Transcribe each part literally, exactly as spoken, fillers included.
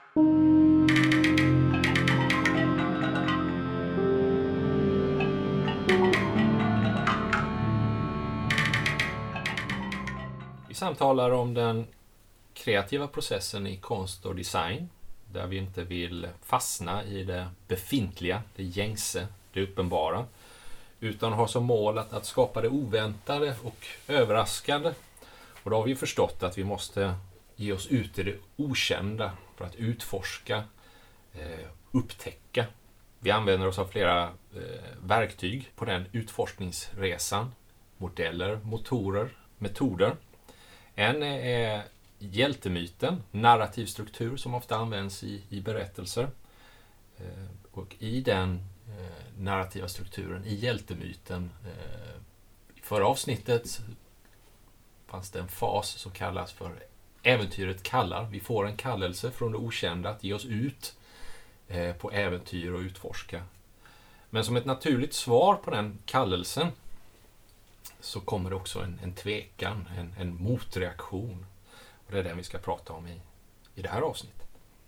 Vi samtalar om den kreativa processen i konst och design, där vi inte vill fastna i det befintliga, det gängse, det uppenbara, utan har som mål att, att skapa det oväntade och överraskande. Och då har vi förstått att vi måste ge oss ut i det okända för att utforska, eh, upptäcka. Vi använder oss av flera eh, verktyg på den utforskningsresan. Modeller, motorer, metoder. En är hjältemyten, narrativ struktur som ofta används i, i berättelser. Eh, och i den eh, narrativa strukturen, i hjältemyten, eh, i förra avsnittet fanns det en fas som kallas för äventyret kallar. Vi får en kallelse från det okända att ge oss ut eh, på äventyr och utforska. Men som ett naturligt svar på den kallelsen så kommer det också en, en tvekan, en, en motreaktion. Och det är den vi ska prata om i, i det här avsnittet.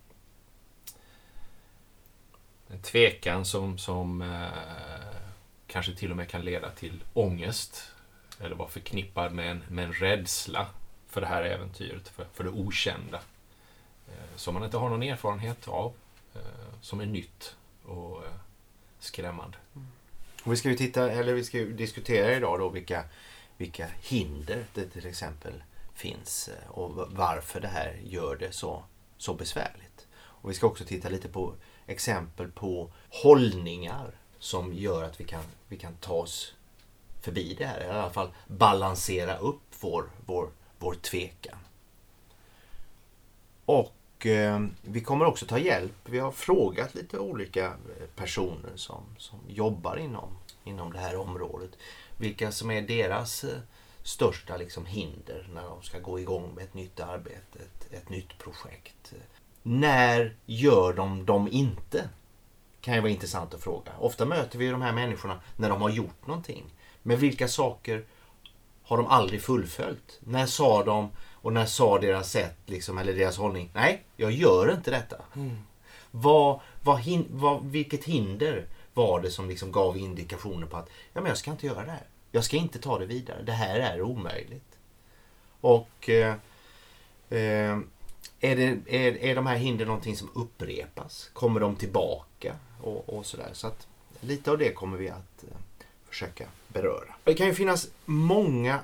En tvekan som, som eh, kanske till och med kan leda till ångest eller vara förknippad med en, med en rädsla för det här äventyret, för, för det okända. Eh, som man inte har någon erfarenhet av, eh, som är nytt och eh, skrämmande. Mm. Och vi ska ju titta, eller vi ska ju diskutera idag då vilka, vilka hinder det till exempel finns och varför det här gör det så, så besvärligt. Och vi ska också titta lite på exempel på hållningar som gör att vi kan, vi kan ta oss förbi det här, eller i alla fall balansera upp vår, vår, vår tvekan. Och eh, vi kommer också ta hjälp. Vi har frågat lite olika personer som, som jobbar inom, inom det här området. Vilka som är deras eh, största liksom, hinder när de ska gå igång med ett nytt arbete, ett, ett nytt projekt. När gör de dem inte? Kan ju vara intressant att fråga. Ofta möter vi de här människorna när de har gjort någonting. Men vilka saker har de aldrig fullföljt? När sa de och när sa deras sätt liksom, eller deras hållning, nej, jag gör inte detta. Mm. Vad, vad, hin, vad, vilket hinder var det som liksom gav indikationer på att ja, men jag ska inte göra det här. Jag ska inte ta det vidare. Det här är omöjligt. Och eh, eh, är, det, är, är de här hinder någonting som upprepas? Kommer de tillbaka? Och, och sådär. Så att lite av det kommer vi att eh, försöka beröra. Det kan ju finnas många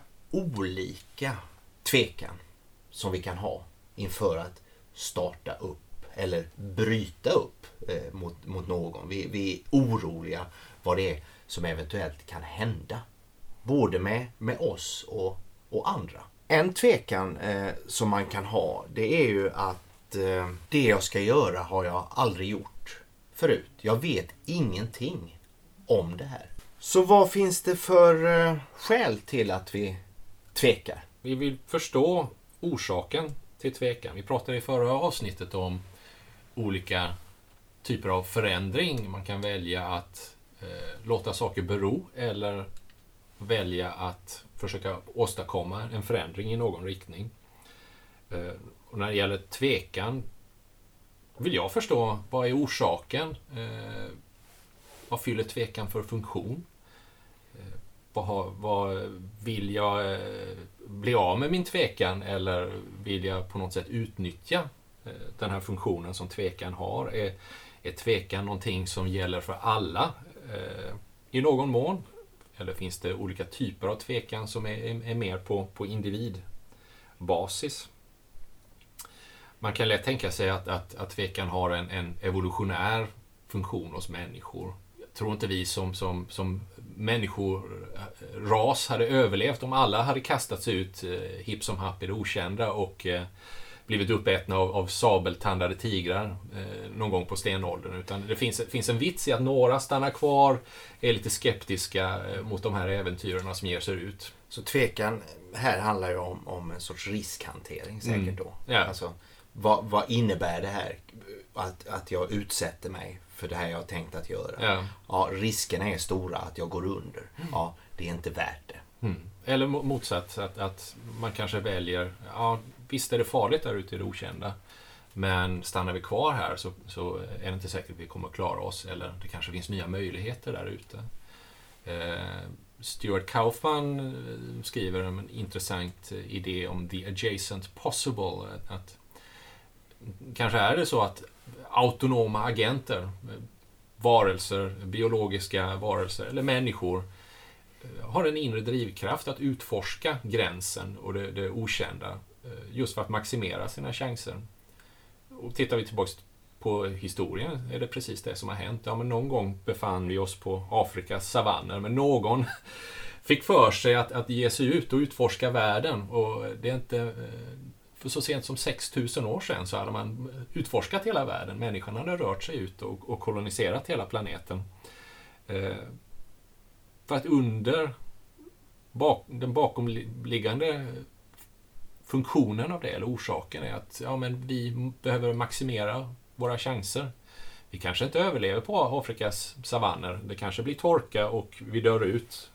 olika tvekan som vi kan ha inför att starta upp eller bryta upp eh, mot, mot någon. Vi, vi är oroliga vad det är som eventuellt kan hända. Både med, med oss och, och andra. En tvekan eh, som man kan ha, det är ju att eh, det jag ska göra har jag aldrig gjort förut. Jag vet ingenting om det här. Så vad finns det för eh, skäl till att vi tvekar? Vi vill förstå orsaken till tvekan. Vi pratade i förra avsnittet om olika typer av förändring. Man kan välja att eh, låta saker bero eller välja att försöka åstadkomma en förändring i någon riktning. Eh, och när det gäller tvekan vill jag förstå vad är orsaken? Eh, vad fyller tvekan för funktion? Eh, vad, har, vad vill jag eh, bli av med min tvekan eller vill jag på något sätt utnyttja eh, den här funktionen som tvekan har? Är, är tvekan någonting som gäller för alla eh, i någon mån? Eller finns det olika typer av tvekan som är, är mer på, på individbasis? Man kan lätt tänka sig att, att, att tvekan har en, en evolutionär funktion hos människor. Jag tror inte vi som, som, som människoras hade överlevt om alla hade kastats ut eh, hipp som happ i det okända och eh, blivit uppätna av, av sabeltandade tigrar eh, någon gång på stenåldern. Utan det finns, finns en vits i att några stannar kvar, är lite skeptiska eh, mot de här äventyrerna som ger sig ut. Så tvekan här handlar ju om, om en sorts riskhantering säkert mm. då. Ja. Alltså, vad, vad innebär det här att, att jag utsätter mig för det här jag har tänkt att göra? Ja. Ja, riskerna är stora att jag går under. Mm. Ja, det är inte värt det. Mm. Eller motsatt, att, att man kanske väljer, ja visst är det farligt där ute i det okända, Men stannar vi kvar här så, så är det inte säkert att vi kommer att klara oss, eller det kanske finns nya möjligheter där ute. Eh, Stuart Kaufman skriver om en intressant idé om the adjacent possible. Att, kanske är det så att autonoma agenter, varelser, biologiska varelser eller människor har en inre drivkraft att utforska gränsen och det, det okända just för att maximera sina chanser. Och tittar vi tillbaka på historien är det precis det som har hänt. Ja, men någon gång befann vi oss på Afrikas savanner, men någon fick för sig att, att ge sig ut och utforska världen. Och det är inte... För så sent som sex tusen år sedan så hade man utforskat hela världen. Människan hade rört sig ut och, och koloniserat hela planeten. Eh, för att under bak, den bakomliggande funktionen av det, eller orsaken, är att ja, men vi behöver maximera våra chanser. Vi kanske inte överlever på Afrikas savanner. Det kanske blir torka och vi dör ut.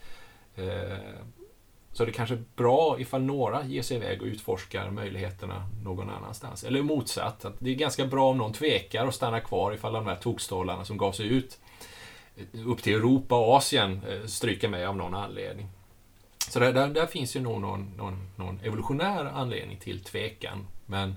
Eh, så det kanske är bra ifall några ger sig iväg och utforskar möjligheterna någon annanstans. Eller motsatt, att det är ganska bra om någon tvekar och stannar kvar ifall de här tokstålarna som gav sig ut upp till Europa och Asien stryker med av någon anledning. Så där, där, där finns ju nog någon, någon, någon evolutionär anledning till tvekan. Men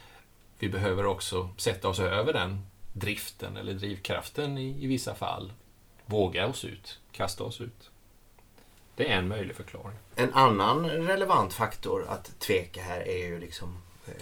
vi behöver också sätta oss över den driften eller drivkraften i, i vissa fall. Våga oss ut, kasta oss ut. Det är en möjlig förklaring. En annan relevant faktor att tveka här är ju liksom eh,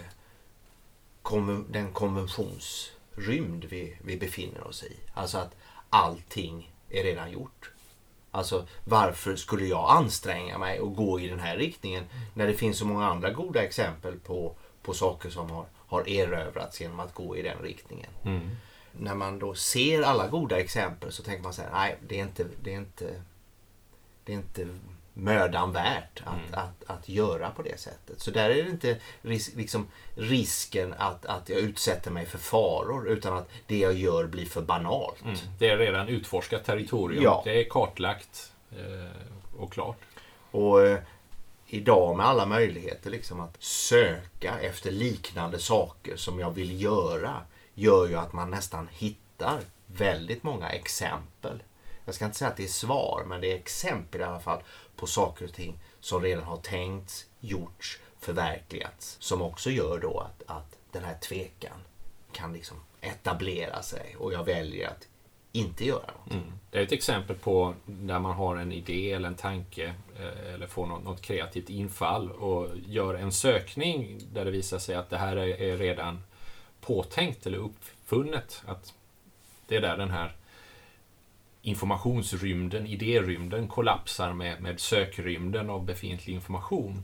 konven- den konventionsrymd vi, vi befinner oss i. Alltså att allting är redan gjort. Alltså varför skulle jag anstränga mig och gå i den här riktningen när det finns så många andra goda exempel på, på saker som har, har erövrats genom att gå i den riktningen. Mm. När man då ser alla goda exempel så tänker man så här, nej, det är inte, det är inte, det är inte mödan värt att, mm. att, att, att göra på det sättet. Så där är det inte ris- liksom risken att, att jag utsätter mig för faror, utan att det jag gör blir för banalt. Mm. Det är redan utforskat territorium. Ja. Det är kartlagt eh, och klart. Och eh, idag med alla möjligheter liksom att söka efter liknande saker som jag vill göra, gör ju att man nästan hittar väldigt många exempel. Jag ska inte säga att det är svar, men det är exempel i alla fall på saker och ting som redan har tänkts, gjorts, förverkligats. Som också gör då att, att den här tvekan kan liksom etablera sig och jag väljer att inte göra något. Mm. Det är ett exempel på där man har en idé eller en tanke eller får något, något kreativt infall och gör en sökning där det visar sig att det här är, är redan påtänkt eller uppfunnet. Att det är där den här informationsrymden, idérymden kollapsar med, med sökrymden av befintlig information.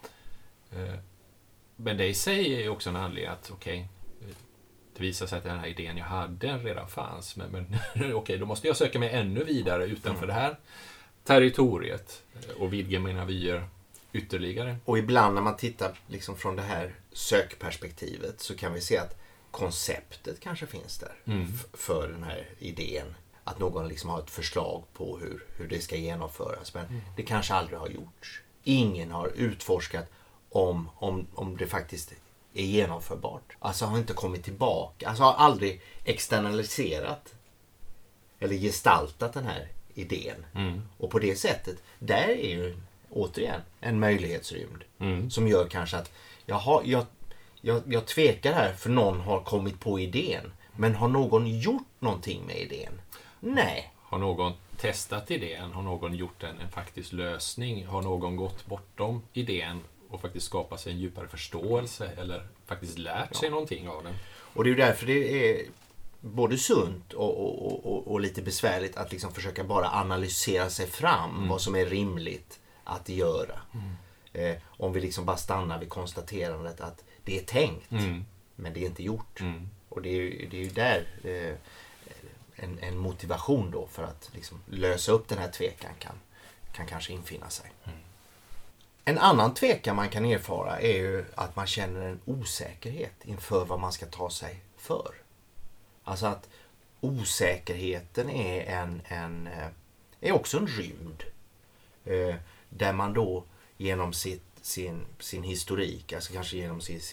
Men det i sig är också en anledning att okej, okay, det visar sig att den här idén jag hade redan fanns. Men, men okej, okay, då måste jag söka mig ännu vidare utanför mm. det här territoriet och vidga mina vyer ytterligare. Och ibland när man tittar liksom från det här sökperspektivet så kan vi se att konceptet kanske finns där mm. f- för den här idén. Att någon liksom har ett förslag på hur, hur det ska genomföras. Men mm. det kanske aldrig har gjorts. Ingen har utforskat om, om, om det faktiskt är genomförbart. Alltså har inte kommit tillbaka. Alltså har aldrig externaliserat eller gestaltat den här idén. Mm. Och på det sättet, där är ju återigen en möjlighetsrymd. Mm. Som gör kanske att jaha, jag, jag, jag tvekar här för någon har kommit på idén. Men har någon gjort någonting med idén? Nej. Har någon testat idén? Har någon gjort en, en faktisk lösning? Har någon gått bortom idén och faktiskt skapat sig en djupare förståelse eller faktiskt lärt ja. sig någonting av den? Och det är ju därför det är både sunt och, och, och, och lite besvärligt att liksom försöka bara analysera sig fram mm. vad som är rimligt att göra. Mm. Eh, om vi liksom bara stannar vid konstaterandet att det är tänkt mm. men det är inte gjort. Mm. Och det är ju, det är ju där eh, en, en motivation då för att liksom lösa upp den här tvekan kan, kan kanske infinna sig. Mm. En annan tvekan man kan erfara är ju att man känner en osäkerhet inför vad man ska ta sig för. Alltså att osäkerheten är en, en är också en rymd eh, där man då genom sitt, sin, sin historik, alltså kanske genom sitt, sitt,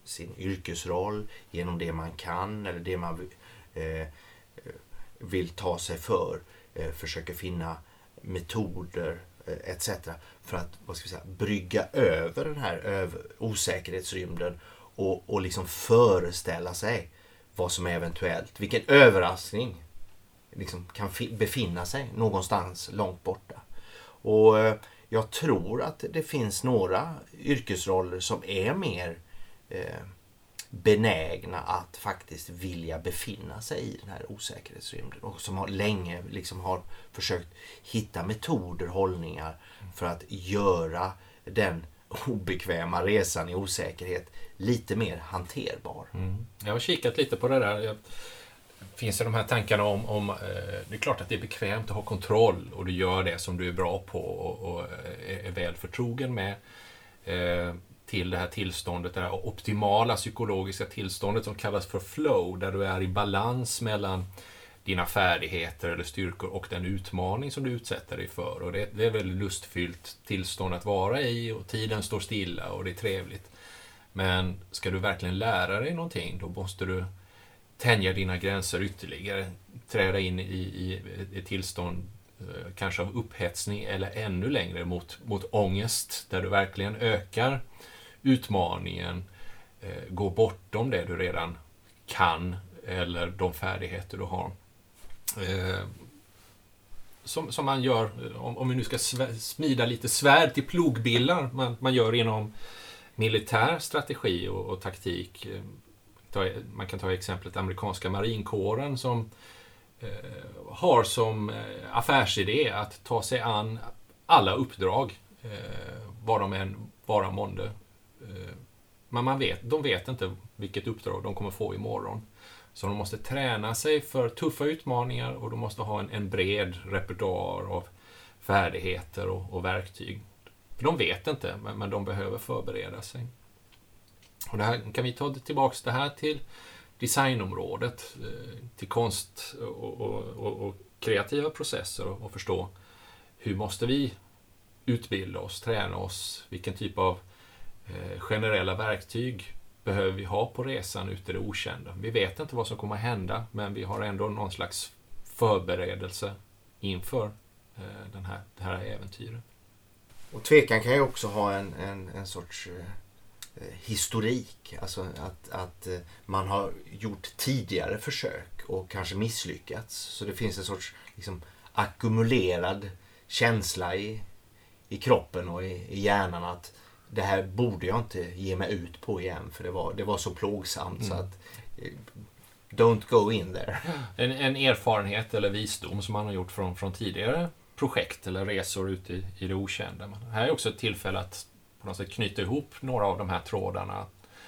sin yrkesroll, genom det man kan eller det man eh, vill ta sig för, eh, försöker finna metoder eh, et cetera för att vad ska vi säga, brygga över den här över, osäkerhetsrymden och, och liksom föreställa sig vad som är eventuellt, vilken överraskning liksom kan fi- befinna sig någonstans långt borta. Och eh, jag tror att det finns några yrkesroller som är mer eh, benägna att faktiskt vilja befinna sig i den här osäkerhetsrymden och som har länge liksom har försökt hitta metoder, hållningar för att göra den obekväma resan i osäkerhet lite mer hanterbar. Mm. Jag har kikat lite på det där. Jag, finns det de här tankarna om, om eh, det är klart att det är bekvämt att ha kontroll och du gör det som du är bra på och, och är, är väl förtrogen med eh, till det här tillståndet, det här optimala psykologiska tillståndet som kallas för flow, där du är i balans mellan dina färdigheter eller styrkor och den utmaning som du utsätter dig för. Och det, det är ett väldigt lustfyllt tillstånd att vara i och tiden står stilla och det är trevligt. Men ska du verkligen lära dig någonting, då måste du tänja dina gränser ytterligare, träda in i, i ett tillstånd eh, kanske av upphetsning eller ännu längre mot, mot ångest, där du verkligen ökar utmaningen, eh, går bortom det du redan kan eller de färdigheter du har. Eh, som, som man gör, om, om vi nu ska smida lite svärd till plogbillar, man, man gör inom militär strategi och, och taktik. Man kan ta exemplet amerikanska marinkåren som eh, har som affärsidé att ta sig an alla uppdrag, eh, vad de än vara månde. Eh, men man vet, de vet inte vilket uppdrag de kommer få imorgon. Så de måste träna sig för tuffa utmaningar och de måste ha en, en bred repertoar av färdigheter och, och verktyg. För de vet inte, men, men de behöver förbereda sig. Och det här, kan vi ta tillbaka det här till designområdet, till konst och, och, och, och kreativa processer och, och förstå hur måste vi utbilda oss, träna oss, vilken typ av eh, generella verktyg behöver vi ha på resan ut i det okända. Vi vet inte vad som kommer att hända, men vi har ändå någon slags förberedelse inför eh, den här, det här äventyret. Och tvekan kan ju också ha en, en, en sorts eh, historik. Alltså att, att eh, man har gjort tidigare försök och kanske misslyckats. Så det finns en sorts liksom, ackumulerad känsla i, i kroppen och i, i hjärnan att det här borde jag inte ge mig ut på igen för det var, det var så plågsamt mm. så att eh, don't go in there. En, en erfarenhet eller visdom som man har gjort från, från tidigare projekt eller resor ute i, i det okända. Men här är också ett tillfälle att på något sätt knyta ihop några av de här trådarna.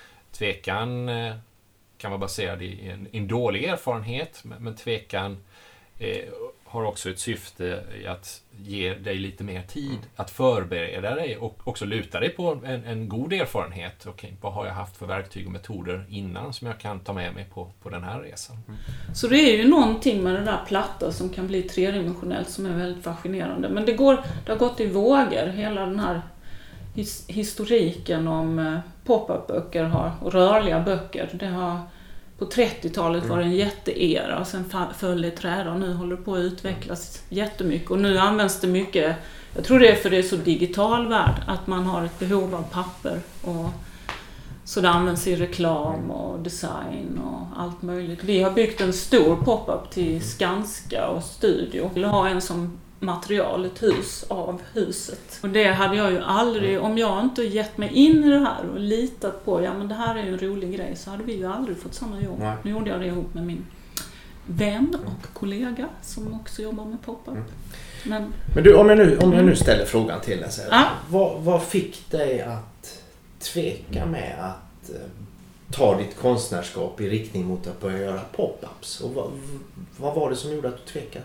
Tvekan eh, kan vara baserad i en, en dålig erfarenhet, men, men tvekan eh, har också ett syfte i att ge dig lite mer tid mm. att förbereda dig och också luta dig på en, en god erfarenhet. Okej, vad har jag haft för verktyg och metoder innan som jag kan ta med mig på, på den här resan? Mm. Så det är ju någonting med den där platta som kan bli tredimensionellt som är väldigt fascinerande. Men det, går, det har gått i vågor, hela den här his, historiken om eh, pop-up-böcker har, och rörliga böcker. Det har på trettiotalet var det en jätteera och sen föll det träd och nu håller det på att utvecklas jättemycket. Och nu används det mycket, jag tror det är för det är så digital värld, att man har ett behov av papper. Och så det används i reklam och design och allt möjligt. Vi har byggt en stor pop-up till Skanska och studio. Vi vill ha en som material, ett hus av huset. Och det hade jag ju aldrig, om jag inte gett mig in i det här och litat på, ja men det här är ju en rolig grej, så hade vi ju aldrig fått samma jobb. Nej. Nu gjorde jag det ihop med min vän och kollega som också jobbar med pop-up. Mm. Men, men du, om jag nu, om jag nu ställer frågan till dig, så här, ja. vad, vad fick dig att tveka med att eh, ta ditt konstnärskap i riktning mot att börja göra pop-ups? Och vad, vad var det som gjorde att du tvekade?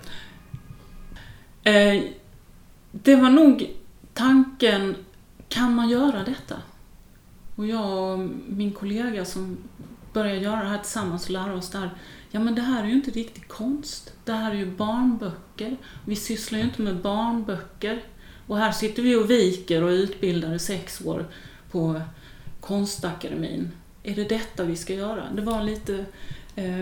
Eh, det var nog tanken, kan man göra detta? Och jag och min kollega som började göra det här tillsammans och lära oss där, ja men det här är ju inte riktigt konst. Det här är ju barnböcker. Vi sysslar ju inte med barnböcker. Och här sitter vi och viker och utbildar i sex år på Konstakademin är det detta vi ska göra? Det var lite eh,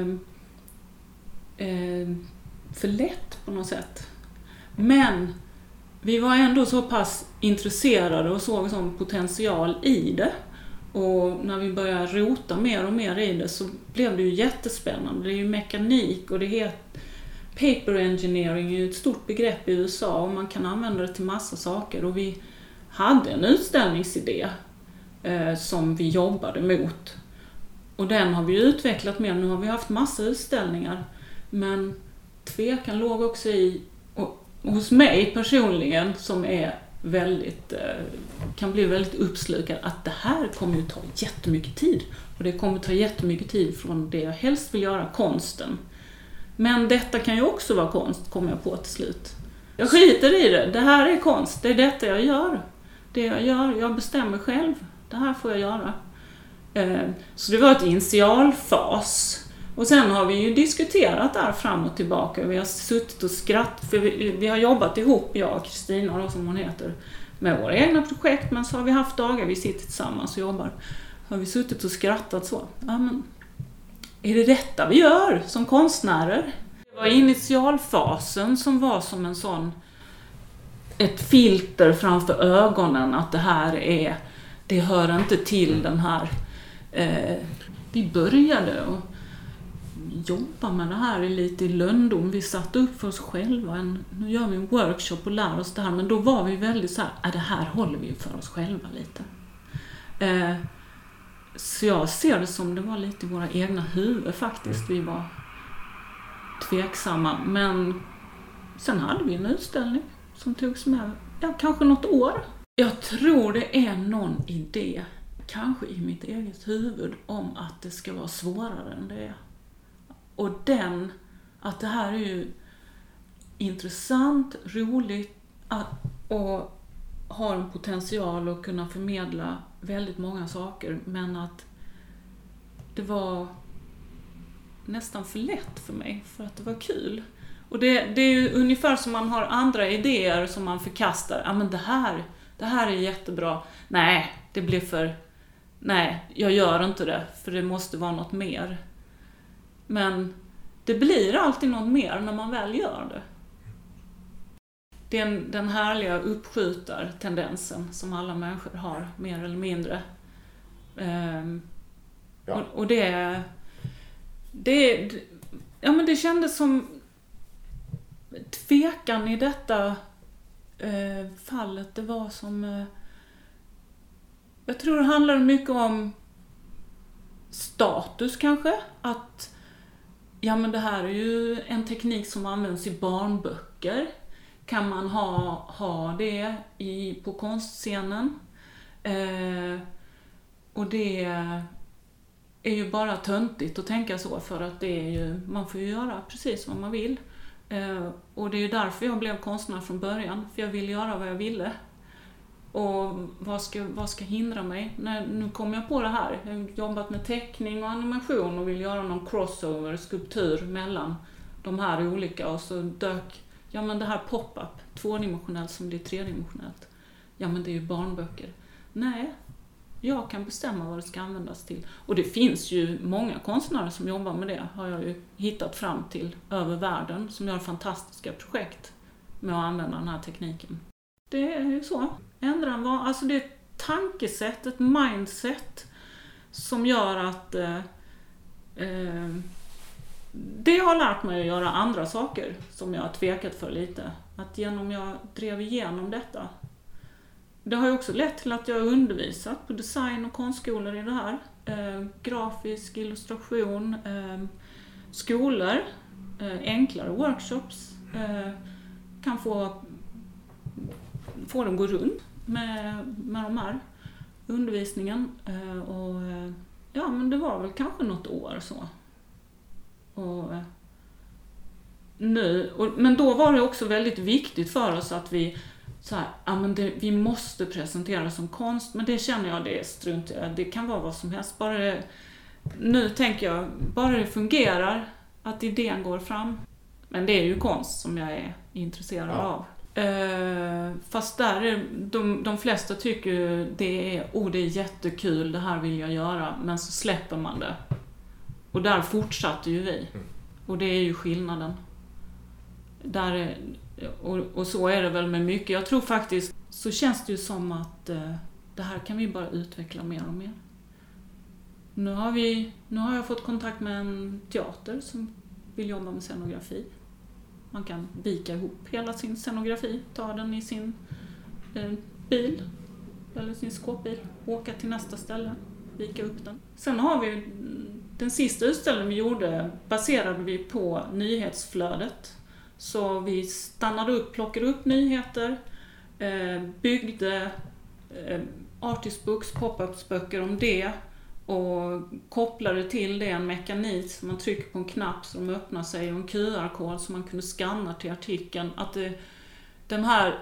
eh, för lätt på något sätt. Men vi var ändå så pass intresserade och såg som potential i det. Och när vi började rota mer och mer i det så blev det ju jättespännande. Det är ju mekanik och det heter paper engineering är ju ett stort begrepp i U S A och man kan använda det till massa saker. Och vi hade en utställningsidé eh, som vi jobbade mot. Och den har vi utvecklat mer. Nu har vi haft massa utställningar. Men tvekan låg också i, och, hos mig personligen som är väldigt, kan bli väldigt uppslukad, att det här kommer ju ta jättemycket tid. Och det kommer ta jättemycket tid från det jag helst vill göra, konsten. Men detta kan ju också vara konst, kommer jag på till slut. Jag skiter i det. Det här är konst. Det är detta jag gör. Det jag gör, jag bestämmer själv. Det här får jag göra. Så det var ett initialfas. Och sen har vi ju diskuterat där fram och tillbaka. Vi har suttit och skrattat, för vi, vi har jobbat ihop, jag och Kristina då, som hon heter, med våra egna projekt. Men så har vi haft dagar, vi sitter tillsammans och jobbar. Har vi suttit och skrattat så. Ja, men är det detta vi gör som konstnärer? Det var initialfasen som var som en sån, ett filter framför ögonen, att det här är, det hör inte till den här. Eh, vi började och jobba med det här lite i lönndom. Vi satte upp för oss själva. En, nu gör vi en workshop och lär oss det här. Men då var vi väldigt så här, äh, det här håller vi för oss själva lite. Eh, så jag ser det som det var lite i våra egna huvuden faktiskt. Vi var tveksamma. Men sen hade vi en utställning som togs med, ja, kanske något år. Jag tror det är någon idé, kanske i mitt eget huvud, om att det ska vara svårare än det är. Och den, att det här är ju intressant, roligt att, och har en potential att kunna förmedla väldigt många saker, men att det var nästan för lätt för mig för att det var kul. Och det, det är ju ungefär som man har andra idéer som man förkastar. Ja, men det här, det här är jättebra. Nej, det blir för... Nej, jag gör inte det, för det måste vara något mer. Men det blir alltid något mer när man väl gör det. Den, den härliga uppskjutartendensen som alla människor har, mer eller mindre. Um, ja. Och, och det, det, ja, men det kändes som tvekan i detta uh, fallet. Det var som... Uh, jag tror det handlar mycket om status kanske. Att ja, men det här är ju en teknik som används i barnböcker. Kan man ha, ha det i, på konstscenen? Eh, och det är ju bara töntigt att tänka så, för att det är ju, man får ju göra precis vad man vill. Eh, och det är ju därför jag blev konstnär från början. För jag ville göra vad jag ville. Och vad ska, vad ska hindra mig? När, nu kom jag på det här. Jag har jobbat med teckning och animation och vill göra någon crossover, skulptur mellan de här olika. Och så dök, ja men det här pop-up, tvådimensionellt som blir tredimensionellt. Ja men det är ju barnböcker. Nej, jag kan bestämma vad det ska användas till. Och det finns ju många konstnärer som jobbar med det, har jag ju hittat fram till över världen, som gör fantastiska projekt med att använda den här tekniken. Det är ju så. Ändra vad, alltså det är ett tankesätt, ett mindset som gör att eh, eh, det har lärt mig att göra andra saker som jag har tvekat för lite. Att genom jag drev igenom detta. Det har ju också lett till att jag har undervisat på design- och konstskolor i det här. Eh, grafisk illustration, eh, skolor, eh, enklare workshops eh, kan få få dem gå runt med, med de här undervisningen. Eh, och ja, men det var väl kanske något år så. Och nu, och, men då var det också väldigt viktigt för oss att vi så här, ja, men det, vi måste presentera som konst, men det känner jag, det är strunt. Det kan vara vad som helst. Bara det, nu tänker jag, bara det fungerar, att idén går fram. Men det är ju konst som jag är intresserad ja. av. Eh, fast där är de, de flesta tycker ju det är, oh, det är jättekul, det här vill jag göra, men så släpper man det. Och där fortsatte ju vi. Mm. Och det är ju skillnaden. Där är, och, och så är det väl med mycket. Jag tror faktiskt, så känns det ju som att eh, det här kan vi bara utveckla mer och mer. Nu har, vi, nu har jag fått kontakt med en teater som vill jobba med scenografi. Man kan vika ihop hela sin scenografi, ta den i sin eh, bil eller sin skåpbil, åka till nästa ställe, vika upp den. Sen har vi den sista utställningen vi gjorde, baserade vi på nyhetsflödet. Så vi stannade upp, plockade upp nyheter, eh, byggde eh, artist books, pop-ups böcker om det och kopplade till det en mekanism. Man trycker på en knapp så de öppnar sig och en Q R-kod som man kunde scanna till artikeln. Att det, den här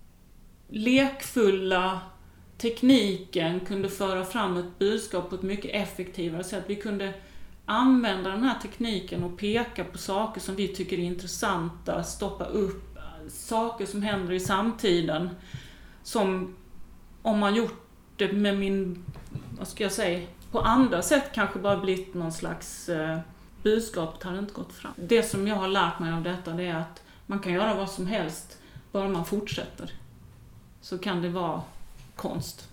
lekfulla tekniken kunde föra fram ett budskap på ett mycket effektivare sätt. Vi kunde använda den här tekniken och peka på saker som vi tycker är intressanta, stoppa upp saker som händer i samtiden, som om man gjort det med min, vad ska jag säga, på andra sätt kanske bara blivit någon slags eh, budskap, hade inte gått fram. Det som jag har lärt mig av detta, det är att man kan göra vad som helst bara man fortsätter. Så kan det vara konst.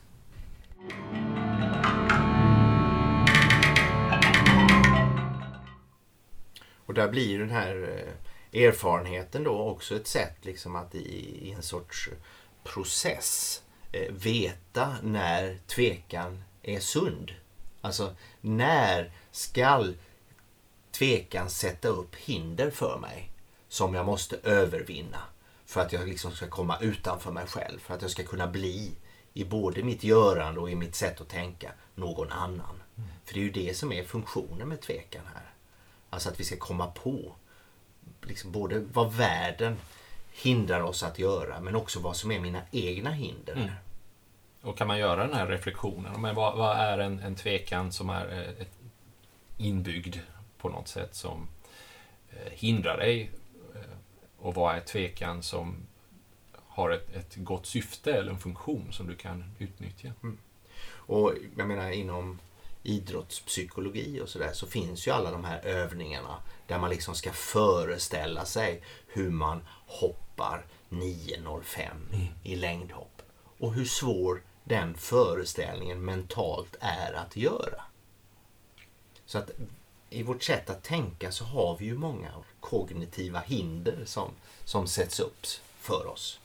Och där blir den här erfarenheten då också ett sätt liksom att i, i en sorts process eh, veta när tvekan är sund. Alltså när skall tvekan sätta upp hinder för mig som jag måste övervinna för att jag liksom ska komma utanför mig själv, för att jag ska kunna bli i både mitt görande och i mitt sätt att tänka någon annan. Mm. För det är ju det som är funktionen med tvekan här. Alltså att vi ska komma på liksom både vad världen hindrar oss att göra, men också vad som är mina egna hinder. Mm. Och kan man göra den här reflektionen, men vad, vad är en, en tvekan som är ett inbyggd på något sätt som eh, hindrar dig, eh, och vad är tvekan som har ett, ett gott syfte eller en funktion som du kan utnyttja? Mm. Och jag menar inom idrottspsykologi och sådär så finns ju alla de här övningarna där man liksom ska föreställa sig hur man hoppar nio noll fem mm. i längdhopp och hur svår den föreställningen mentalt är att göra. Så att i vårt sätt att tänka så har vi ju många kognitiva hinder som, som sätts upp för oss.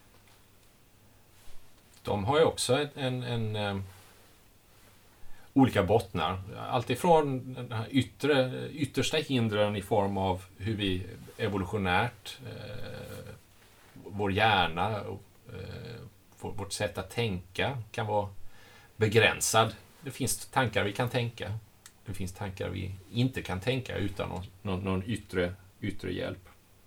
De har ju också en, en, en olika bottnar. Allt ifrån den här yttre, yttersta hindren i form av hur vi evolutionärt, eh, vår hjärna och eh, vårt sätt att tänka kan vara begränsad. Det finns tankar vi kan tänka. Det finns tankar vi inte kan tänka utan någon, någon, någon yttre, yttre hjälp.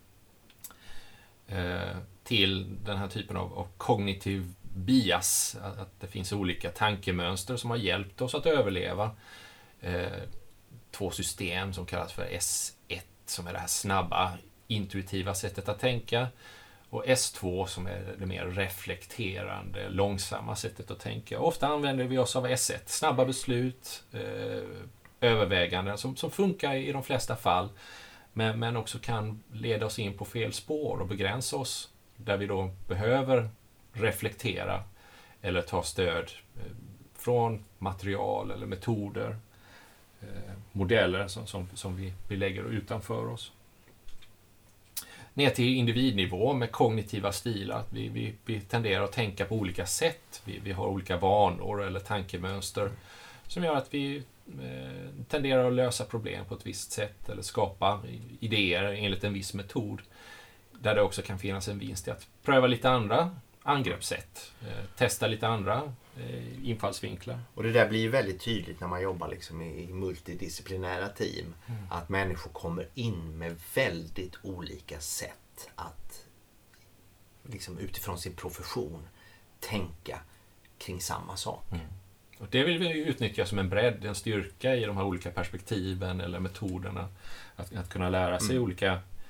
Eh, till den här typen av, av kognitiv bias, att, att det finns olika tankemönster som har hjälpt oss att överleva. Eh, två system som kallas för S ett som är det här snabba, intuitiva sättet att tänka, och S två som är det mer reflekterande, långsamma sättet att tänka. Ofta använder vi oss av S ett, snabba beslut, eh, överväganden som, som funkar i de flesta fall, men, men också kan leda oss in på fel spår och begränsa oss där vi då behöver reflektera eller ta stöd eh, från material eller metoder, eh, modeller som, som, som vi, vi lägger utanför oss. Ner till individnivå med kognitiva stilar. Vi, vi, vi tenderar att tänka på olika sätt. Vi, vi har olika vanor eller tankemönster som gör att vi eh, tenderar att lösa problem på ett visst sätt eller skapa idéer enligt en viss metod. Där det också kan finnas en vinst i att pröva lite andra angreppssätt, eh, testa lite andra eh, infallsvinklar. Och det där blir väldigt tydligt när man jobbar liksom i, i multidisciplinära team. Mm. Att människor kommer in med väldigt olika sätt att liksom utifrån sin profession tänka kring samma sak. Mm. Och det vill vi utnyttja som en bredd, en styrka i de här olika perspektiven eller metoderna. Att, att kunna lära sig mm. olika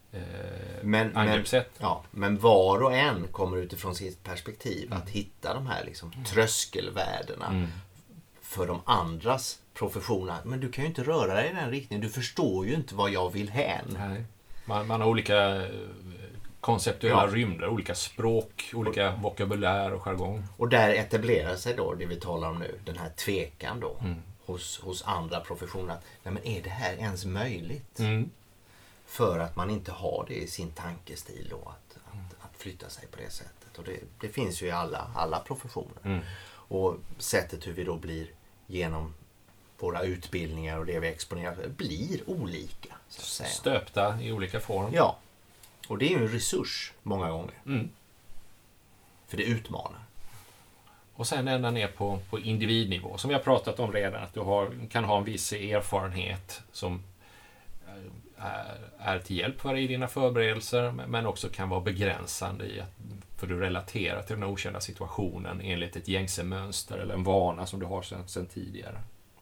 eh, men, angreppssätt. Men, ja, men var och en kommer utifrån sitt perspektiv Mm. att hitta de här liksom tröskelvärdena Mm. för de andras professioner. Men du kan ju inte röra dig i den riktningen. Du förstår ju inte vad jag vill hän. Nej. Man, man har olika eh, konceptuella Ja. rymder, olika språk, olika vokabulär och jargong. Och där etablerar sig då det vi talar om nu, den här tvekan då Mm. hos, hos andra professioner. Att, nej, men är det här ens möjligt? Mm. För att man inte har det i sin tankestil då, att, att, att flytta sig på det sättet. Och det, det finns ju i alla, alla professioner. Mm. Och sättet hur vi då blir genom våra utbildningar och det vi exponerar för blir olika. Så att säga. Stöpta i olika form. Ja, och det är ju en resurs många gånger. Mm. För det utmanar. Och sen ända ner på, på individnivå. Som jag pratat om redan, att du har, kan ha en viss erfarenhet som är, är till hjälp för dig i dina förberedelser, men också kan vara begränsande i att, för du relaterar till den okända situationen enligt ett gängse mönster eller en vana som du har sedan, sedan tidigare.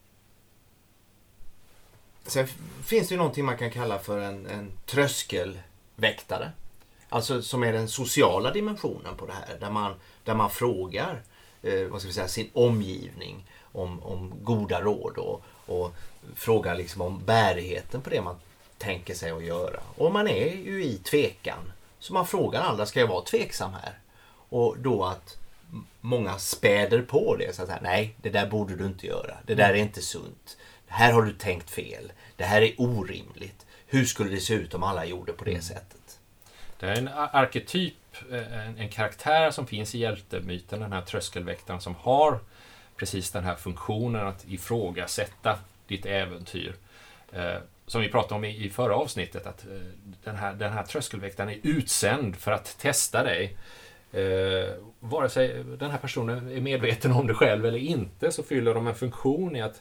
Sen finns det ju någonting man kan kalla för en, en tröskelväktare. Alltså som är den sociala dimensionen på det här. Där man, där man frågar eh, vad ska vi säga, sin omgivning om, om goda råd och, och frågar liksom om bärigheten på det man tänker sig att göra. Och man är ju i tvekan. Så man frågar andra, ska jag vara tveksam här? Och då att många späder på det. Så att säga, nej, det där borde du inte göra. Det där är inte sunt. Här har du tänkt fel. Det här är orimligt. Hur skulle det se ut om alla gjorde på det mm. sättet? Det är en arketyp, en, en karaktär som finns i hjältemyten, den här tröskelväktaren som har precis den här funktionen att ifrågasätta ditt äventyr. Eh, som vi pratade om i, i förra avsnittet, att eh, den, här, den här tröskelväktaren är utsänd för att testa dig. Eh, vare sig den här personen är medveten om det själv eller inte, så fyller de en funktion i att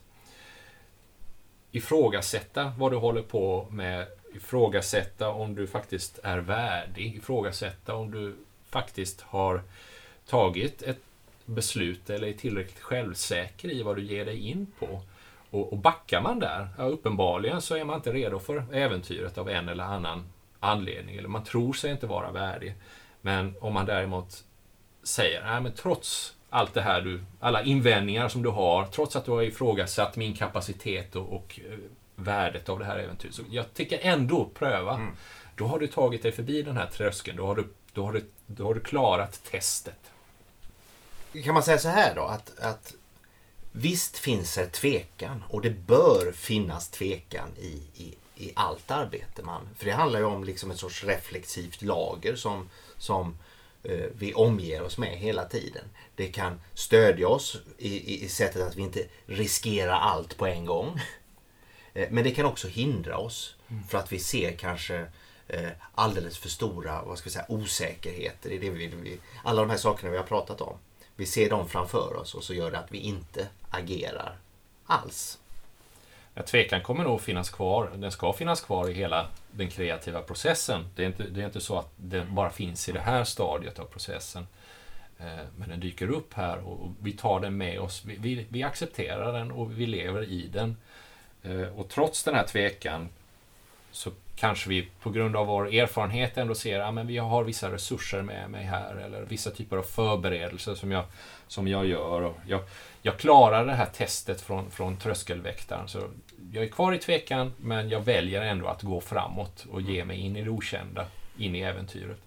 ifrågasätta vad du håller på med, ifrågasätta om du faktiskt är värdig, ifrågasätta om du faktiskt har tagit ett beslut eller är tillräckligt självsäker i vad du ger dig in på. Och, och backar man där, ja, uppenbarligen så är man inte redo för äventyret av en eller annan anledning, eller man tror sig inte vara värdig. Men om man däremot säger, nej men trots allt det här, du, alla invändningar som du har, trots att du har ifrågasatt min kapacitet och, och värdet av det här äventyret, så jag tycker ändå pröva. Mm. Då har du tagit dig förbi den här tröskeln, då har du, då har du, då har du klarat testet. Kan man säga så här då, att, att visst finns det tvekan, och det bör finnas tvekan i, i, i allt arbete man, för det handlar ju om liksom ett sorts reflexivt lager som, som eh, vi omger oss med hela tiden. Det kan stödja oss i, i, i sättet att vi inte riskerar allt på en gång. Eh, men det kan också hindra oss mm. för att vi ser kanske eh, alldeles för stora, vad ska vi säga, osäkerheter i det vi, vi, alla de här sakerna vi har pratat om. Vi ser dem framför oss och så gör det att vi inte agerar alls. Ja, tvekan kommer nog finnas kvar. Den ska finnas kvar i hela den kreativa processen. Det är inte, det är inte så att den bara finns i det här stadiet av processen. Eh, men den dyker upp här och, och vi tar den med oss. Vi, vi, vi accepterar den och vi lever i den. Eh, och trots den här tvekan så kanske vi på grund av vår erfarenhet ändå ser att ja, vi har vissa resurser med mig här, eller vissa typer av förberedelser som jag, som jag gör. Och jag, jag klarar det här testet från, från tröskelväktaren. Så jag är kvar i tvekan, men jag väljer ändå att gå framåt och ge mig in i det okända, in i äventyret.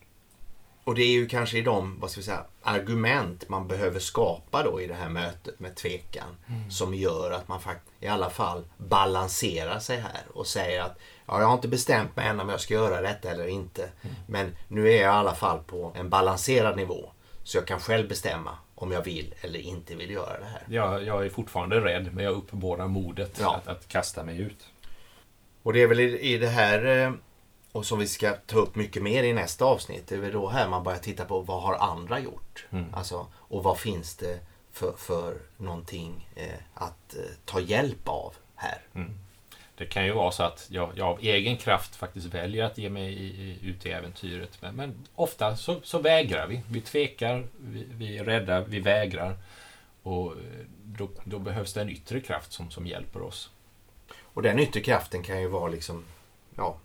Och det är ju kanske i de, vad ska vi säga, argument man behöver skapa då i det här mötet med tvekan mm. som gör att man faktiskt i alla fall balanserar sig här och säger att ja, jag har inte bestämt mig än om jag ska göra detta eller inte. Mm. Men nu är jag i alla fall på en balanserad nivå så jag kan själv bestämma om jag vill eller inte vill göra det här. Ja, jag är fortfarande rädd, men jag uppbådar modet ja. att, att kasta mig ut. Och det är väl i, i det här, och som vi ska ta upp mycket mer i nästa avsnitt, det är väl då här man börjar titta på vad har andra gjort? Mm. Alltså, och vad finns det för, för någonting eh, att eh, ta hjälp av här? Mm. Det kan ju vara så att jag, jag av egen kraft faktiskt väljer att ge mig i, i, ut i äventyret. Men, men ofta så, så vägrar vi. Vi tvekar, vi, vi är rädda, vi vägrar. Och då, då behövs det en yttre kraft som, som hjälper oss. Och den yttre kraften kan ju vara liksom, ja,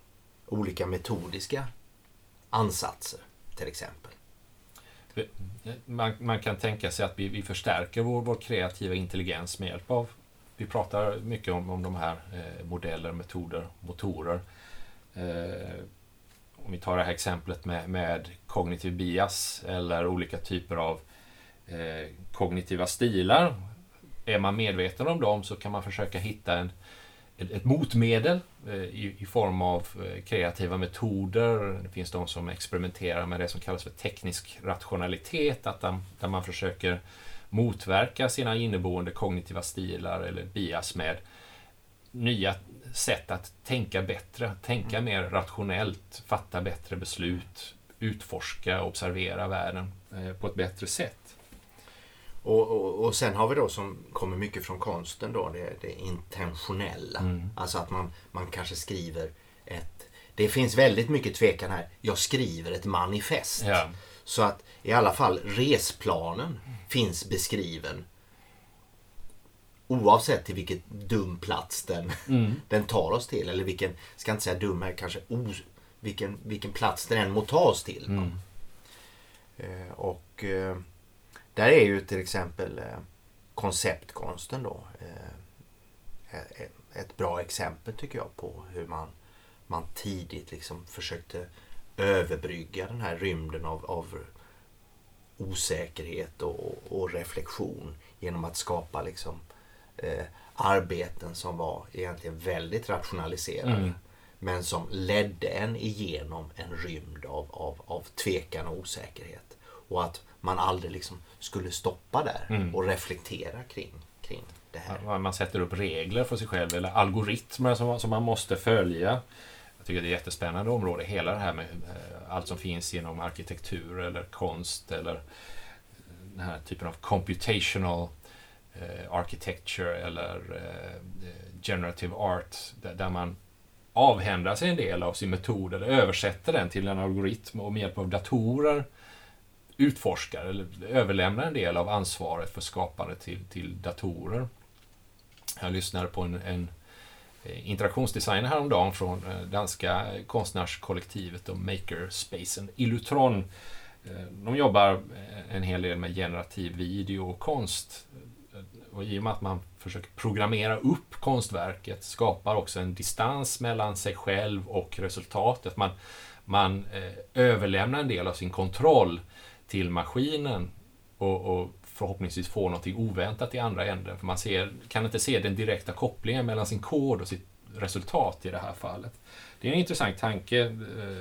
olika metodiska ansatser till exempel. Man, man kan tänka sig att vi, vi förstärker vår, vår kreativa intelligens med hjälp av, vi pratar mycket om, om de här eh, modeller, metoder, motorer. Eh, om vi tar det här exemplet med, med kognitiv bias eller olika typer av eh, kognitiva stilar. Är man medveten om dem så kan man försöka hitta en, ett, ett motmedel eh, i, i form av eh, kreativa metoder. Det finns de som experimenterar med det som kallas för teknisk rationalitet, att de, där man försöker motverka sina inneboende kognitiva stilar eller bias med nya sätt att tänka bättre, tänka mer rationellt, fatta bättre beslut, utforska, observera världen eh, på ett bättre sätt. Och, och, och sen har vi då som kommer mycket från konsten då, det, det intentionella. Mm. Alltså att man, man kanske skriver ett, det finns väldigt mycket tvekan här, jag skriver ett manifest. Ja. Så att i alla fall resplanen finns beskriven oavsett till vilket dum plats den, mm. den tar oss till. Eller vilken, ska inte säga dum här, kanske os, vilken, vilken plats den än må ta oss till. Mm. Eh, och eh, där är ju till exempel eh, konceptkonsten då eh, ett bra exempel tycker jag på hur man, man tidigt liksom försökte överbrygga den här rymden av, av osäkerhet och, och reflektion genom att skapa liksom eh, arbeten som var egentligen väldigt rationaliserade mm. men som ledde en igenom en rymd av, av, av tvekan och osäkerhet, och att man aldrig liksom skulle stoppa där mm. och reflektera kring, kring det här. Man sätter upp regler för sig själv eller algoritmer som, som man måste följa. Jag tycker det är ett jättespännande område, hela det här med allt som finns inom arkitektur eller konst eller den här typen av computational eh, architecture eller eh, generative art, där, där man avhänder sig en del av sin metod eller översätter den till en algoritm och med hjälp av datorer utforskar eller överlämnar en del av ansvaret för skapande till, till datorer. Jag lyssnade på en, en interaktionsdesigner häromdagen från danska konstnärskollektivet och makerspacen Illutron. De jobbar en hel del med generativ video och konst, och i och med att man försöker programmera upp konstverket skapar också en distans mellan sig själv och resultatet. Man, man eh, överlämnar en del av sin kontroll till maskinen och, och förhoppningsvis får något oväntat i andra änden, för man ser, kan inte se den direkta kopplingen mellan sin kod och sitt resultat i det här fallet. Det är en intressant tanke. Eh,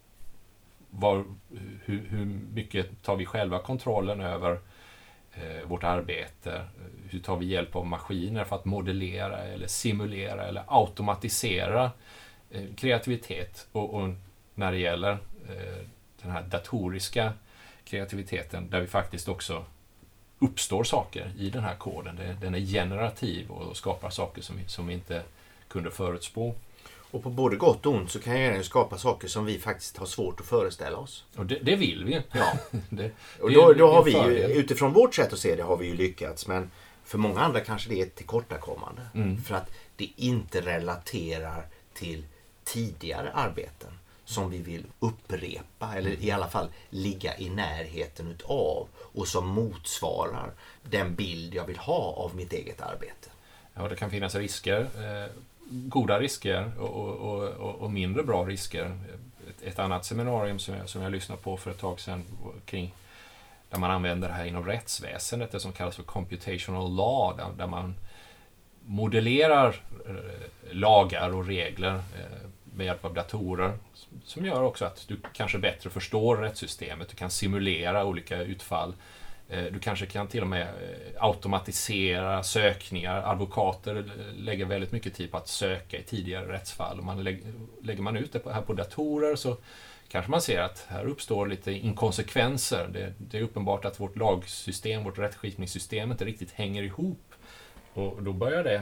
var, hur, hur mycket tar vi själva kontrollen över eh, vårt arbete? Hur tar vi hjälp av maskiner för att modellera eller simulera eller automatisera eh, kreativitet? Och, och när det gäller eh, den här datoriska kreativiteten, där vi faktiskt också uppstår saker i den här koden. Den är generativ och skapar saker som vi, som vi inte kunde förutspå. Och på både gott och ont så kan den skapa saker som vi faktiskt har svårt att föreställa oss. Och det, det vill vi. Ja. det, och då, då har vi ju, utifrån vårt sätt att se det har vi ju lyckats, men för många andra kanske det är ett tillkortakommande. Mm. För att det inte relaterar till tidigare arbeten som vi vill upprepa eller i alla fall ligga i närheten utav och som motsvarar den bild jag vill ha av mitt eget arbete. Ja, det kan finnas risker, eh, goda risker och, och, och, och mindre bra risker. Ett, ett annat seminarium som jag, som jag lyssnade på för ett tag sedan kring, där man använder det här inom rättsväsendet, det som kallas för computational law, där, där man modellerar eh, lagar och regler eh, med hjälp av datorer, som gör också att du kanske bättre förstår rättssystemet, du kan simulera olika utfall, du kanske kan till och med automatisera sökningar. Advokater lägger väldigt mycket tid på att söka i tidigare rättsfall, och man lägger, lägger man ut det här på datorer så kanske man ser att här uppstår lite inkonsekvenser. Det, det är uppenbart att vårt lagsystem, vårt rättskipningssystem inte riktigt hänger ihop, och då börjar det